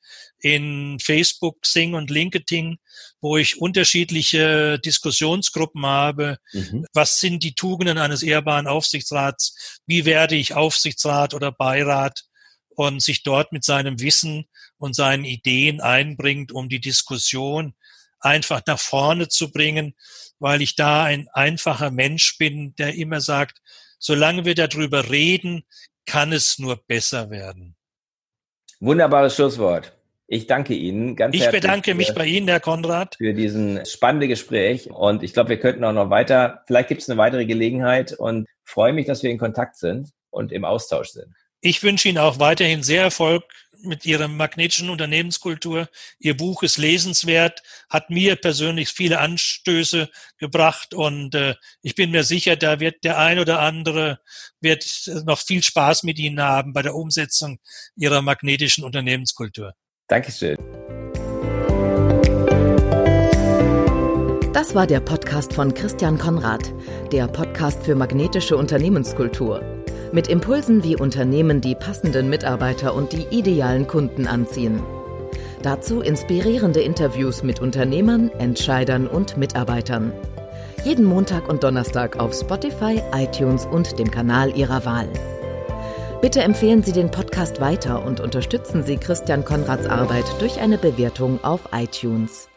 in Facebook, Xing und LinkedIn, wo ich unterschiedliche Diskussionsgruppen habe. Mhm. Was sind die Tugenden eines ehrbaren Aufsichtsrats? Wie werde ich Aufsichtsrat oder Beirat? Und sich dort mit seinem Wissen und seinen Ideen einbringt, um die Diskussion einfach nach vorne zu bringen, weil ich da ein einfacher Mensch bin, der immer sagt, solange wir darüber reden, kann es nur besser werden. Wunderbares Schlusswort. Ich danke Ihnen ganz ich herzlich. Ich bedanke mich bei Ihnen, Herr Konrad. Für diesen spannenden Gespräch. Und ich glaube, wir könnten auch noch weiter, vielleicht gibt es eine weitere Gelegenheit und freue mich, dass wir in Kontakt sind und im Austausch sind. Ich wünsche Ihnen auch weiterhin sehr Erfolg mit Ihrer magnetischen Unternehmenskultur. Ihr Buch ist lesenswert, hat mir persönlich viele Anstöße gebracht und äh, ich bin mir sicher, da wird der ein oder andere wird noch viel Spaß mit Ihnen haben bei der Umsetzung Ihrer magnetischen Unternehmenskultur. Dankeschön. Das war der Podcast von Christian Konrad, der Podcast für magnetische Unternehmenskultur. Mit Impulsen, wie Unternehmen die passenden Mitarbeiter und die idealen Kunden anziehen. Dazu inspirierende Interviews mit Unternehmern, Entscheidern und Mitarbeitern. Jeden Montag und Donnerstag auf Spotify, iTunes und dem Kanal Ihrer Wahl. Bitte empfehlen Sie den Podcast weiter und unterstützen Sie Christian Konrads Arbeit durch eine Bewertung auf iTunes.